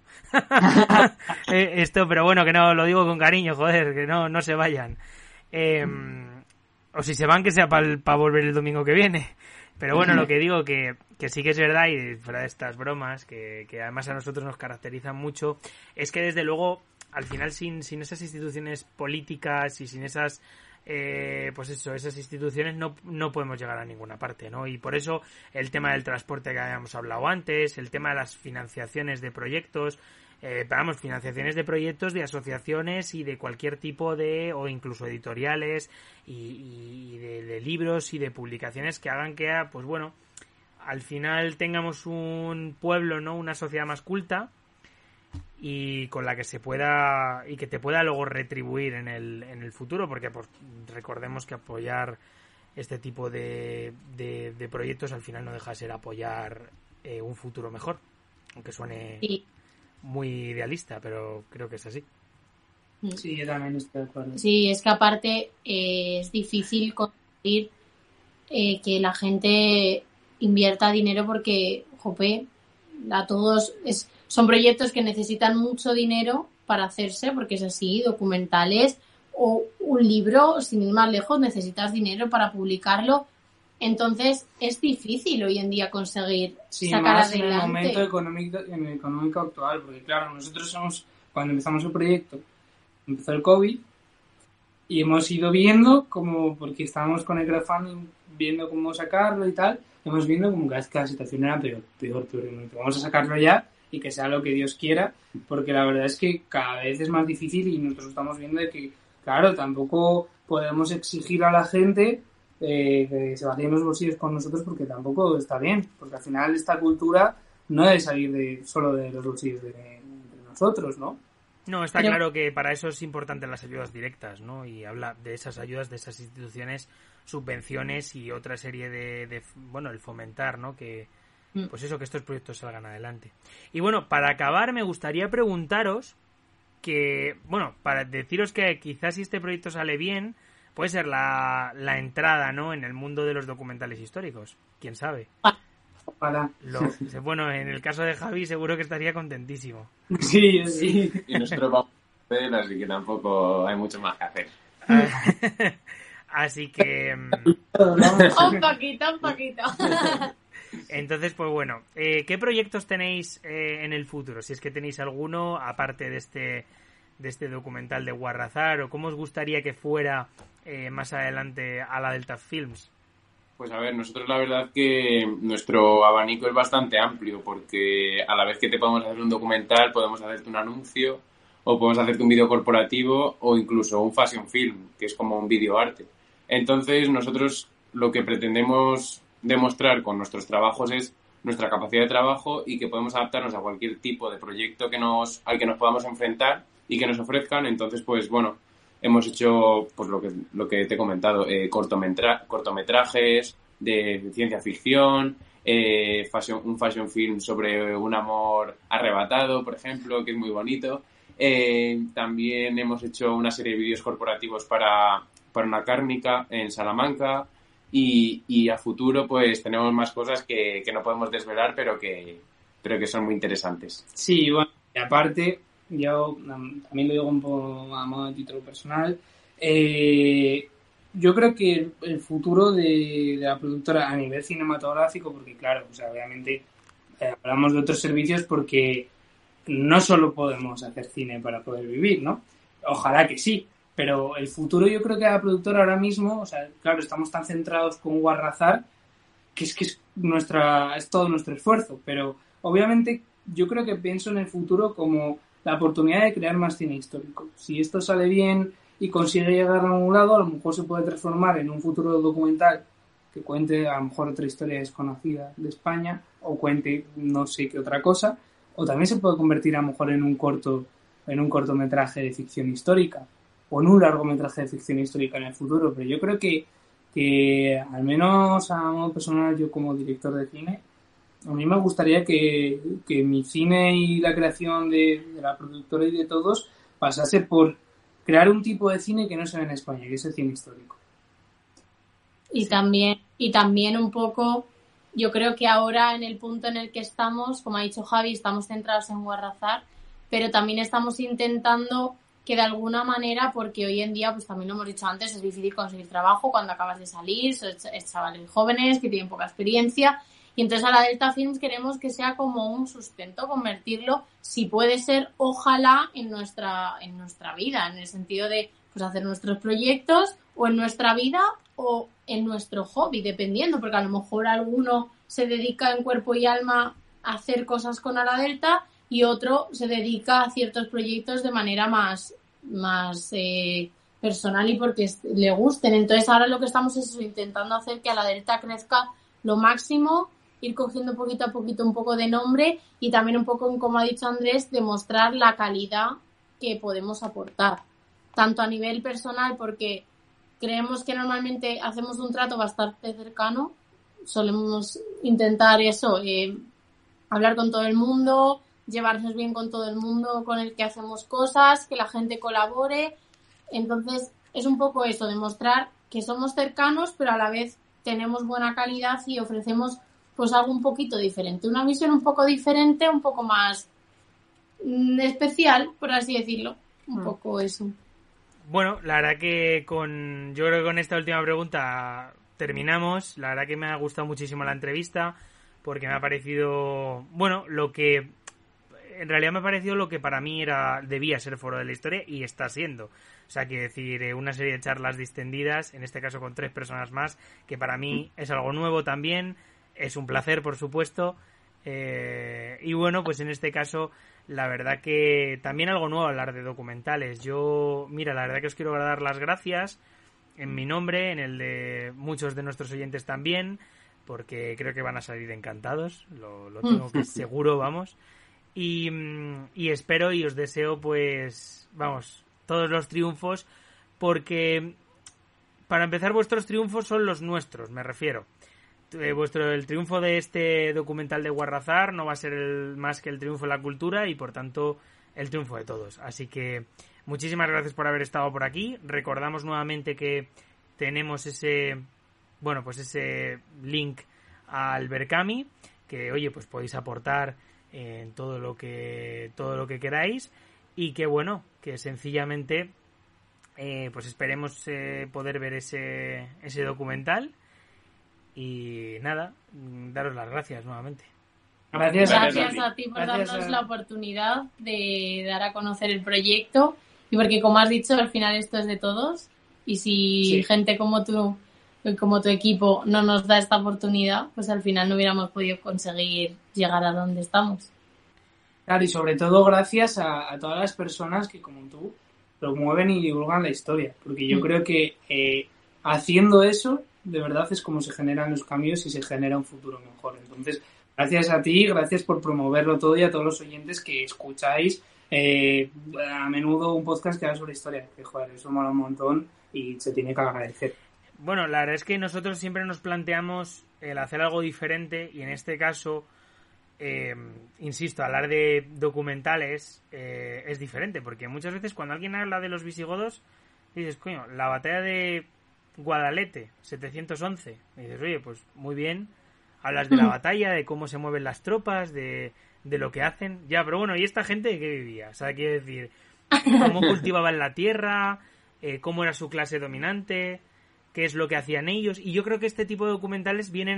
Pero bueno, que no, lo digo con cariño, joder, que no se vayan. O si se van, que sea para volver el domingo que viene. Pero bueno, lo que digo que sí que es verdad, y fuera de estas bromas, que además a nosotros nos caracterizan mucho, es que desde luego, al final, sin esas instituciones políticas y sin esas esas instituciones no podemos llegar a ninguna parte, ¿no? Y por eso el tema del transporte que habíamos hablado antes, el tema de las financiaciones de proyectos, financiaciones de proyectos, de asociaciones y de cualquier tipo o incluso editoriales y de libros y de publicaciones que hagan que, pues bueno, al final tengamos un pueblo, ¿no? Una sociedad más culta y con la que se pueda y que te pueda luego retribuir en el futuro, porque pues recordemos que apoyar este tipo de proyectos al final no deja de ser apoyar un futuro mejor, aunque suene muy idealista, pero creo que es así. Sí, yo también estoy de acuerdo. Sí, es que aparte es difícil conseguir que la gente invierta dinero porque, jope, a todos son proyectos que necesitan mucho dinero para hacerse, porque es así, documentales o un libro, sin ir más lejos, necesitas dinero para publicarlo. Entonces es difícil hoy en día conseguir sacar más adelante. En el momento económico actual, porque claro, nosotros cuando empezamos el proyecto, empezó el COVID y hemos ido viendo como, porque estábamos con el crowdfunding viendo cómo sacarlo y tal, hemos viendo como que la situación era peor, vamos a sacarlo ya y que sea lo que Dios quiera, porque la verdad es que cada vez es más difícil y nosotros estamos viendo de que, claro, tampoco podemos exigir a la gente que se vacíen los bolsillos con nosotros, porque tampoco está bien, porque al final esta cultura no debe salir solo de los bolsillos de nosotros, ¿no? No, está claro que para eso es importante las ayudas directas, ¿no? Y habla de esas ayudas, de esas instituciones, subvenciones y otra serie de bueno, el fomentar, ¿no? Que, pues eso, que estos proyectos salgan adelante. Y bueno, para acabar me gustaría preguntaros que, bueno, para deciros que quizás si este proyecto sale bien, puede ser la entrada, ¿no? En el mundo de los documentales históricos. ¿Quién sabe? Ojalá. Bueno, en el caso de Javi seguro que estaría contentísimo. Sí. Y nosotros vamos a hacer, así que tampoco hay mucho más que hacer. Así que... Un poquito. Entonces, pues bueno, ¿qué proyectos tenéis en el futuro? Si es que tenéis alguno, aparte de este documental de Guarrazar, o cómo os gustaría que fuera más adelante a la Delta Films. Pues a ver, nosotros la verdad que nuestro abanico es bastante amplio, porque a la vez que te podemos hacer un documental, podemos hacerte un anuncio, o podemos hacerte un vídeo corporativo, o incluso un fashion film, que es como un videoarte. Entonces, nosotros lo que pretendemos demostrar con nuestros trabajos es nuestra capacidad de trabajo y que podemos adaptarnos a cualquier tipo de proyecto al que nos podamos enfrentar y que nos ofrezcan. Entonces, pues bueno, hemos hecho pues lo que te he comentado, cortometrajes de ciencia ficción, un fashion film sobre un amor arrebatado, por ejemplo, que es muy bonito. También hemos hecho una serie de vídeos corporativos para una cárnica en Salamanca y a futuro pues tenemos más cosas que no podemos desvelar, pero que son muy interesantes. Sí, bueno, y aparte, yo también lo digo un poco a modo de título personal, yo creo que el futuro de la productora a nivel cinematográfico, porque claro, o sea, obviamente hablamos de otros servicios porque no solo podemos hacer cine para poder vivir, ¿no? Ojalá que sí, pero el futuro yo creo que la productora ahora mismo, o sea, claro, estamos tan centrados con Guarrazar que es todo nuestro esfuerzo, pero obviamente yo creo que pienso en el futuro como la oportunidad de crear más cine histórico. Si esto sale bien y consigue llegar a algún lado, a lo mejor se puede transformar en un futuro documental que cuente a lo mejor otra historia desconocida de España o cuente no sé qué otra cosa, o también se puede convertir a lo mejor en un cortometraje de ficción histórica o en un largometraje de ficción histórica en el futuro. Pero yo creo que al menos a modo personal, yo como director de cine, a mí me gustaría que mi cine y la creación de la productora y de todos pasase por crear un tipo de cine que no se ve en España, que es el cine histórico. Y también un poco, yo creo que ahora en el punto en el que estamos, como ha dicho Javi, estamos centrados en Guarrazar, pero también estamos intentando que de alguna manera, porque hoy en día, pues también lo hemos dicho antes, es difícil conseguir trabajo cuando acabas de salir, es chavales jóvenes que tienen poca experiencia. Y entonces a la Delta Films queremos que sea como un sustento, convertirlo, si puede ser, ojalá, en nuestra vida, en el sentido de pues hacer nuestros proyectos o en nuestra vida o en nuestro hobby, dependiendo, porque a lo mejor alguno se dedica en cuerpo y alma a hacer cosas con Ala Delta y otro se dedica a ciertos proyectos de manera más personal y porque le gusten. Entonces ahora lo que estamos es intentando hacer que Ala Delta crezca lo máximo, ir cogiendo poquito a poquito un poco de nombre y también un poco, como ha dicho Andrés, demostrar la calidad que podemos aportar, tanto a nivel personal, porque creemos que normalmente hacemos un trato bastante cercano, solemos intentar eso, hablar con todo el mundo, llevarnos bien con todo el mundo con el que hacemos cosas, que la gente colabore. Entonces es un poco eso, demostrar que somos cercanos, pero a la vez tenemos buena calidad y ofrecemos pues algo un poquito diferente, una visión un poco diferente, un poco más especial, por así decirlo, un poco eso. Bueno, la verdad que yo creo que con esta última pregunta terminamos. La verdad que me ha gustado muchísimo la entrevista porque me ha parecido, bueno, en realidad me ha parecido lo que para mí debía ser Foro de la Historia y está siendo. O sea, quiero decir, una serie de charlas distendidas, en este caso con 3 personas más, que para mí es algo nuevo también, es un placer, por supuesto. Y bueno, pues en este caso, la verdad que también algo nuevo hablar de documentales. Mira, la verdad que os quiero dar las gracias en mi nombre, en el de muchos de nuestros oyentes también, porque creo que van a salir encantados, lo tengo que seguro, vamos. Y espero y os deseo, pues, vamos, todos los triunfos, porque para empezar vuestros triunfos son los nuestros, me refiero. El triunfo de este documental de Guarrazar no va a ser más que el triunfo de la cultura y por tanto el triunfo de todos. Así que muchísimas gracias por haber estado por aquí. Recordamos nuevamente que tenemos ese link al Berkami, que oye, pues podéis aportar en todo lo que queráis y que bueno, que sencillamente pues esperemos poder ver ese documental. Y nada, daros las gracias nuevamente. Gracias a ti por darnos la oportunidad de dar a conocer el proyecto y porque, como has dicho, al final esto es de todos y si gente como tú, como tu equipo, no nos da esta oportunidad, pues al final no hubiéramos podido conseguir llegar a donde estamos. Claro, y sobre todo gracias a todas las personas que, como tú, promueven y divulgan la historia, porque yo creo que haciendo eso de verdad es como se generan los cambios y se genera un futuro mejor. Entonces, gracias a ti, gracias por promoverlo todo y a todos los oyentes que escucháis a menudo un podcast que habla sobre historia. Que, joder, eso mola un montón y se tiene que agradecer. Bueno, la verdad es que nosotros siempre nos planteamos el hacer algo diferente y en este caso, insisto, hablar de documentales es diferente porque muchas veces cuando alguien habla de los visigodos dices, coño, la batalla de Guadalete, 711. Y dices, oye, pues muy bien. Hablas de la batalla, de cómo se mueven las tropas, de lo que hacen. Ya, pero bueno, ¿y esta gente de qué vivía? O sea, quiero decir, cómo cultivaban la tierra, cómo era su clase dominante, qué es lo que hacían ellos. Y yo creo que este tipo de documentales vienen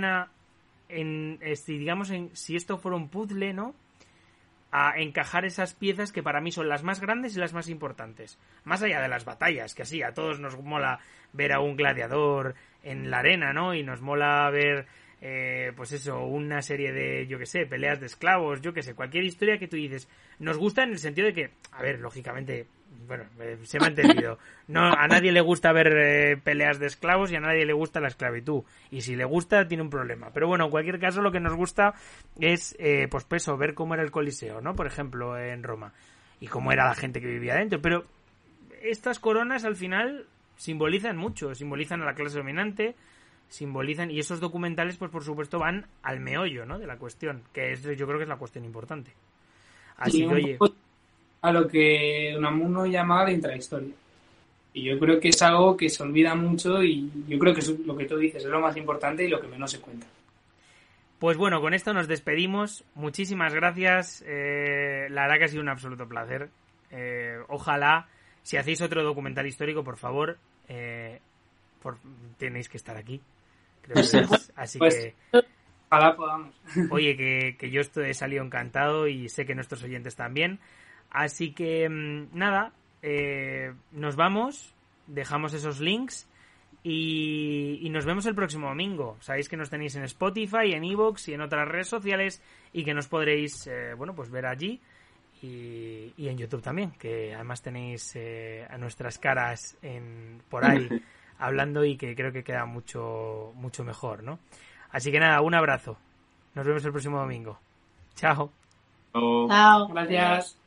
si esto fuera un puzzle, ¿no? A encajar esas piezas que para mí son las más grandes y las más importantes. Más allá de las batallas, que sí, a todos nos mola ver a un gladiador en la arena, ¿no? Y nos mola ver, pues eso, una serie de, yo qué sé, peleas de esclavos, yo qué sé, cualquier historia que tú dices. Nos gusta en el sentido de que, a ver, lógicamente, bueno, se me ha entendido. No, a nadie le gusta ver peleas de esclavos y a nadie le gusta la esclavitud. Y si le gusta, tiene un problema. Pero bueno, en cualquier caso, lo que nos gusta es, pues eso, ver cómo era el Coliseo, ¿no? Por ejemplo, en Roma. Y cómo era la gente que vivía dentro. Pero estas coronas, al final, simbolizan mucho. Simbolizan a la clase dominante, simbolizan... Y esos documentales, pues por supuesto, van al meollo, ¿no? De la cuestión. Que yo creo que es la cuestión importante. Así que, oye... A lo que Unamuno llamaba la intrahistoria. Y yo creo que es algo que se olvida mucho y yo creo que es lo que tú dices, es lo más importante y lo que menos se cuenta. Pues bueno, con esto nos despedimos. Muchísimas gracias. La verdad que ha sido un absoluto placer. Ojalá, si hacéis otro documental histórico, por favor, tenéis que estar aquí. Creo que así pues, que... Ojalá podamos. Oye, que yo he salido encantado y sé que nuestros oyentes también. Así que, nada, nos vamos, dejamos esos links y nos vemos el próximo domingo. Sabéis que nos tenéis en Spotify, en iVoox y en otras redes sociales y que nos podréis, pues ver allí y en YouTube también, que además tenéis a nuestras caras por ahí hablando y que creo que queda mucho, mucho mejor, ¿no? Así que nada, un abrazo. Nos vemos el próximo domingo. Chao. Chao. Gracias.